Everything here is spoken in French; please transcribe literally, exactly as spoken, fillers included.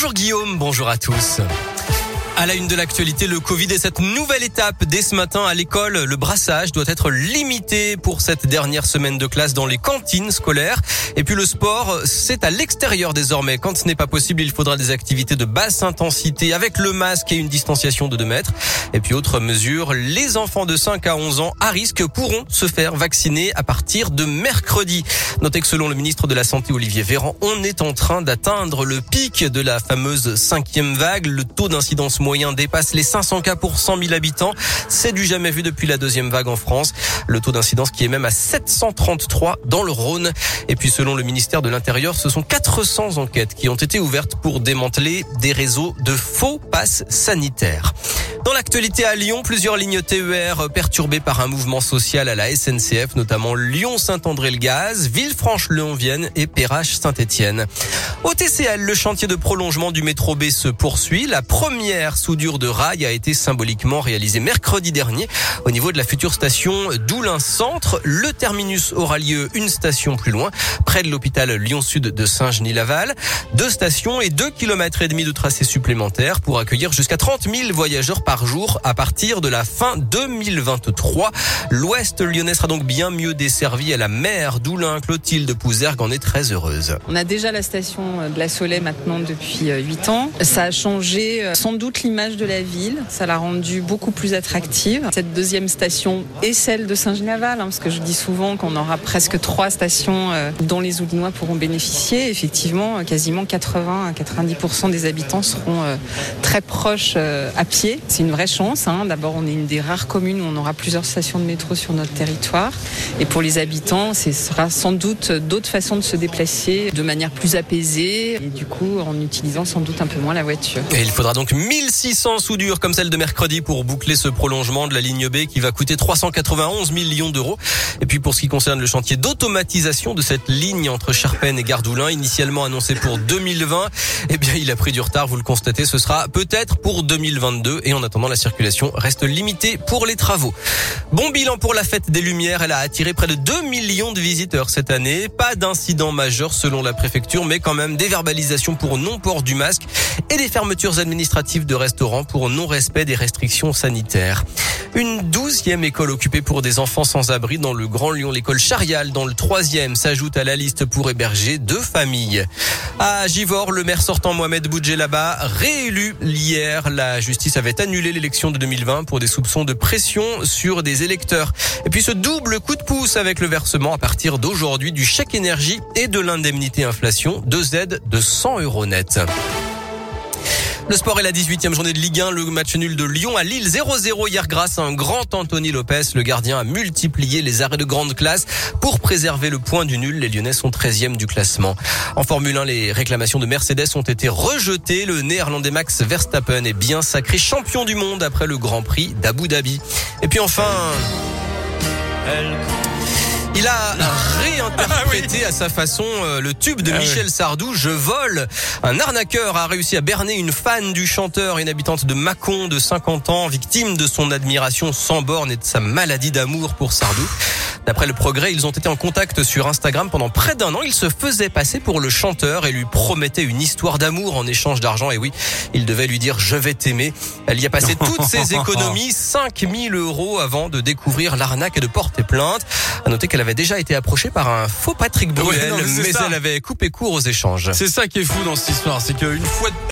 Bonjour Guillaume, bonjour à tous. À la une de l'actualité, le Covid et cette nouvelle étape. Dès ce matin à l'école, le brassage doit être limité pour cette dernière semaine de classe dans les cantines scolaires. Et puis le sport, c'est à l'extérieur désormais. Quand ce n'est pas possible, il faudra des activités de basse intensité avec le masque et une distanciation de deux mètres. Et puis autre mesure, les enfants de cinq à onze ans à risque pourront se faire vacciner à partir de mercredi. Notez que selon le ministre de la Santé Olivier Véran, on est en train d'atteindre le pic de la fameuse cinquième vague. Le taux d'incidence moyen dépasse les cinq cents cas pour cent mille habitants. C'est du jamais vu depuis la deuxième vague en France. Le taux d'incidence qui est même à sept cent trente-trois dans le Rhône. Et puis selon le ministère de l'Intérieur, ce sont quatre cents enquêtes qui ont été ouvertes pour démanteler des réseaux de faux passes sanitaires. Dans l'actualité à Lyon, plusieurs lignes T E R perturbées par un mouvement social à la S N C F, notamment Lyon-Saint-André-le-Gaz, Villefranche-le-Haut-Vienne et Perrache-Saint-Étienne. Au T C L, le chantier de prolongement du métro B se poursuit. La première soudure de rail a été symboliquement réalisée mercredi dernier au niveau de la future station d'Oulin-Centre. Le terminus aura lieu une station plus loin, près de l'hôpital Lyon-Sud de Saint-Genis-Laval. Deux stations et deux kilomètres et demi de tracé supplémentaires pour accueillir jusqu'à trente mille voyageurs par jour à partir de la fin deux mille vingt-trois. L'Ouest lyonnais sera donc bien mieux desservi à la mer d'Oulin. Clotilde Pouzergue en est très heureuse. On a déjà la station de la Soleil maintenant depuis huit ans. Ça a changé sans doute l'image de la ville. Ça l'a rendue beaucoup plus attractive. Cette deuxième station est celle de Saint-Genis-Laval, hein, parce que je dis souvent qu'on aura presque trois stations dont les Oulinois pourront bénéficier. Effectivement, quasiment quatre-vingts à quatre-vingt-dix pour cent des habitants seront très proches à pied. C'est une vraie chance. Hein. D'abord, on est une des rares communes où on aura plusieurs stations de métro sur notre territoire. Et pour les habitants, ce sera sans doute d'autres façons de se déplacer de manière plus apaisée et du coup en utilisant sans doute un peu moins la voiture. Et il faudra donc mille six cents soudures comme celle de mercredi pour boucler ce prolongement de la ligne B qui va coûter trois cent quatre-vingt-onze millions d'euros. Et puis pour ce qui concerne le chantier d'automatisation de cette ligne entre Charpennes et Gare d'Oulin, initialement annoncé pour deux mille vingt, eh bien il a pris du retard, vous le constatez, ce sera peut-être pour deux mille vingt-deux et en attendant la circulation reste limitée pour les travaux. Bon bilan pour la fête des Lumières, elle a attiré près de deux millions de visiteurs cette année. Pas d'incident majeur selon la préfecture, mais quand même des verbalisations pour non-port du masque et des fermetures administratives de restaurants pour non-respect des restrictions sanitaires. Une douzième école occupée pour des enfants sans abri dans le Grand Lyon. L'école Charial dans le troisième s'ajoute à la liste pour héberger deux familles. À Givors, le maire sortant Mohamed Boudjelaba, réélu hier. La justice avait annulé l'élection de deux mille vingt pour des soupçons de pression sur des électeurs. Et puis ce double coup de pouce avec le versement à partir d'aujourd'hui du chèque énergie et de l'indemnité inflation, deux aides de cent euros net. Le sport est la dix-huitième journée de Ligue un. Le match nul de Lyon à Lille zéro zéro hier grâce à un grand Anthony Lopez. Le gardien a multiplié les arrêts de grande classe pour préserver le point du nul. Les Lyonnais sont treizième du classement. En Formule un, les réclamations de Mercedes ont été rejetées. Le Néerlandais Max Verstappen est bien sacré champion du monde après le Grand Prix d'Abu Dhabi. Et puis enfin... Elle... Il a réinterprété ah oui. à sa façon euh, le tube de ah Michel oui. Sardou, Je vole. Un arnaqueur a réussi à berner une fan du chanteur, une habitante de Mâcon de cinquante ans, victime de son admiration sans borne et de sa maladie d'amour pour Sardou. D'après le Progrès, ils ont été en contact sur Instagram pendant près d'un an. Il se faisait passer pour le chanteur et lui promettait une histoire d'amour en échange d'argent. Et oui, il devait lui dire « je vais t'aimer ». Elle y a passé toutes ses économies, cinq mille euros avant de découvrir l'arnaque et de porter plainte. À noter qu'elle avait déjà été approchée par un faux Patrick Bruel, oui, non, mais, mais elle avait coupé court aux échanges. C'est ça qui est fou dans cette histoire, c'est qu'une fois de